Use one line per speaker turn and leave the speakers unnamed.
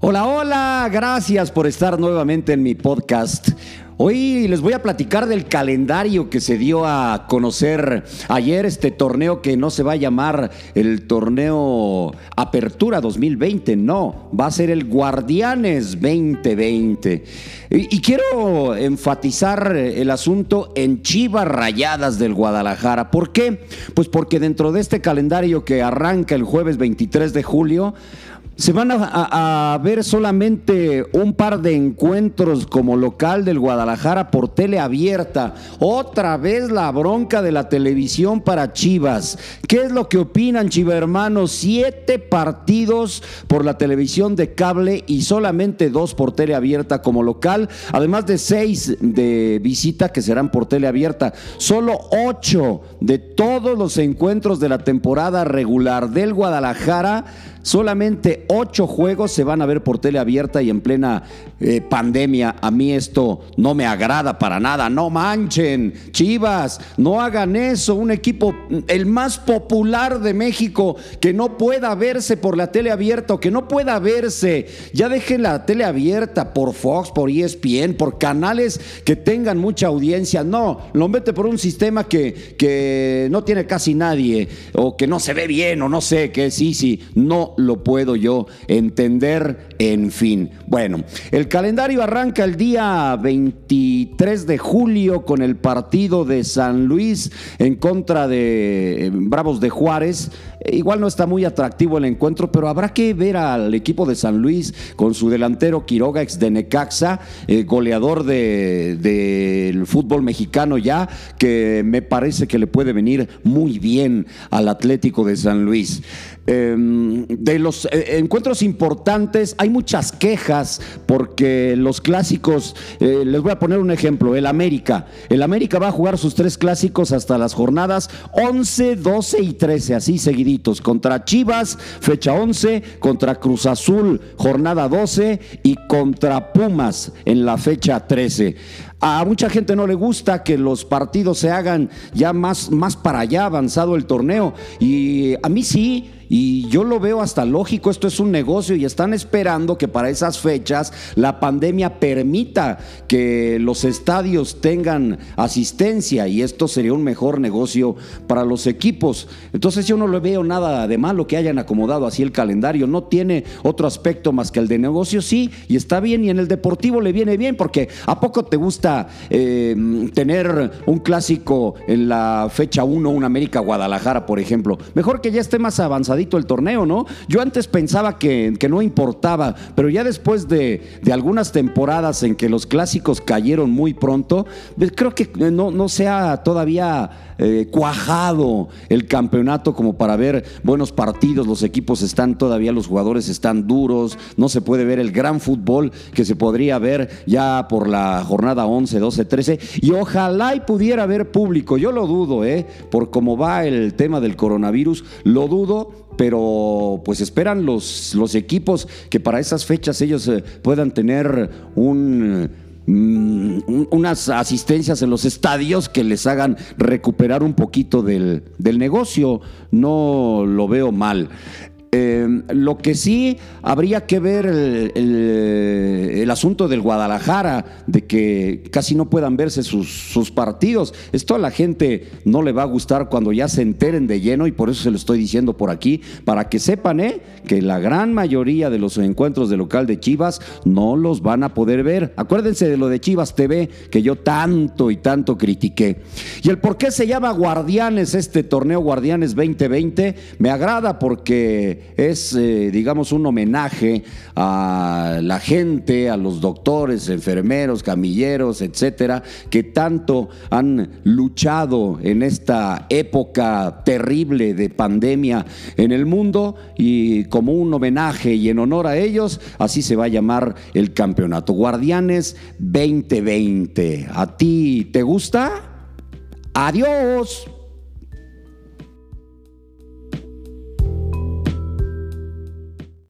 Hola, hola, gracias por estar nuevamente en mi podcast. Hoy les voy a platicar del calendario que se dio a conocer ayer, este torneo que no se va a llamar el torneo Apertura 2020, no, va a ser el Guardianes 2020. Y quiero enfatizar el asunto en Chivas Rayadas del Guadalajara. ¿Por qué? Pues porque dentro de este calendario que arranca el jueves 23 de julio, se van a ver solamente un par de encuentros como local del Guadalajara por tele abierta. Otra vez la bronca de la televisión para Chivas. ¿Qué es lo que opinan, Chiva hermanos? 7 partidos por la televisión de cable y solamente 2 por tele abierta como local, además de 6 de visita que serán por tele abierta. Solo 8 de todos los encuentros de la temporada regular del Guadalajara, solamente 8 juegos se van a ver por tele abierta y en plena pandemia. A mí esto no me agrada para nada. No manchen, Chivas, no hagan eso. Un equipo, el más popular de México, que no pueda verse por la tele abierta o que no pueda verse. Ya dejen la tele abierta por Fox, por ESPN, por canales que tengan mucha audiencia. No, lo mete por un sistema que no tiene casi nadie o que no se ve bien o no sé, que sí, no lo puedo yo entender, en fin. Bueno, el calendario arranca el día 23 de julio con el partido de San Luis en contra de Bravos de Juárez. Igual no está muy atractivo el encuentro, pero habrá que ver al equipo de San Luis con su delantero Quiroga, ex de Necaxa, goleador del fútbol mexicano ya, que me parece que le puede venir muy bien al Atlético de San Luis. De los encuentros importantes hay muchas quejas porque los clásicos, les voy a poner un ejemplo. El América va a jugar sus 3 clásicos hasta las jornadas 11, 12 y 13, así seguiditos, contra Chivas fecha 11, contra Cruz Azul jornada 12 y contra Pumas en la fecha 13. A mucha gente no le gusta que los partidos se hagan ya más para allá avanzado el torneo, y a mí sí. Y yo lo veo hasta lógico, esto es un negocio y están esperando que para esas fechas la pandemia permita que los estadios tengan asistencia y esto sería un mejor negocio para los equipos. Entonces yo no le veo nada de malo que hayan acomodado así el calendario, no tiene otro aspecto más que el de negocio, sí, y está bien, y en el deportivo le viene bien, porque ¿a poco te gusta tener un clásico en la fecha 1, un América Guadalajara, por ejemplo? Mejor que ya esté más avanzado el torneo, ¿no? Yo antes pensaba que no importaba, pero ya después de algunas temporadas en que los clásicos cayeron muy pronto, creo que no se ha todavía cuajado el campeonato como para ver buenos partidos. Los equipos están todavía, los jugadores están duros, no se puede ver el gran fútbol que se podría ver ya por la jornada 11, 12, 13, y ojalá y pudiera haber público. Yo lo dudo, por cómo va el tema del coronavirus, lo dudo, pero pues esperan los equipos que para esas fechas ellos puedan tener unas asistencias en los estadios que les hagan recuperar un poquito del negocio. No lo veo mal. Lo que sí habría que ver el asunto del Guadalajara, de que casi no puedan verse sus partidos. Esto a la gente no le va a gustar cuando ya se enteren de lleno, y por eso se lo estoy diciendo por aquí, para que sepan que la gran mayoría de los encuentros de local de Chivas no los van a poder ver. Acuérdense de lo de Chivas TV, que yo tanto y tanto critiqué. Y el por qué se llama Guardianes, este torneo Guardianes 2020, me agrada porque es, digamos, un homenaje a la gente, a los doctores, enfermeros, camilleros, etcétera, que tanto han luchado en esta época terrible de pandemia en el mundo, y como un homenaje y en honor a ellos, así se va a llamar el campeonato Guardianes 2020. ¿A ti te gusta? ¡Adiós!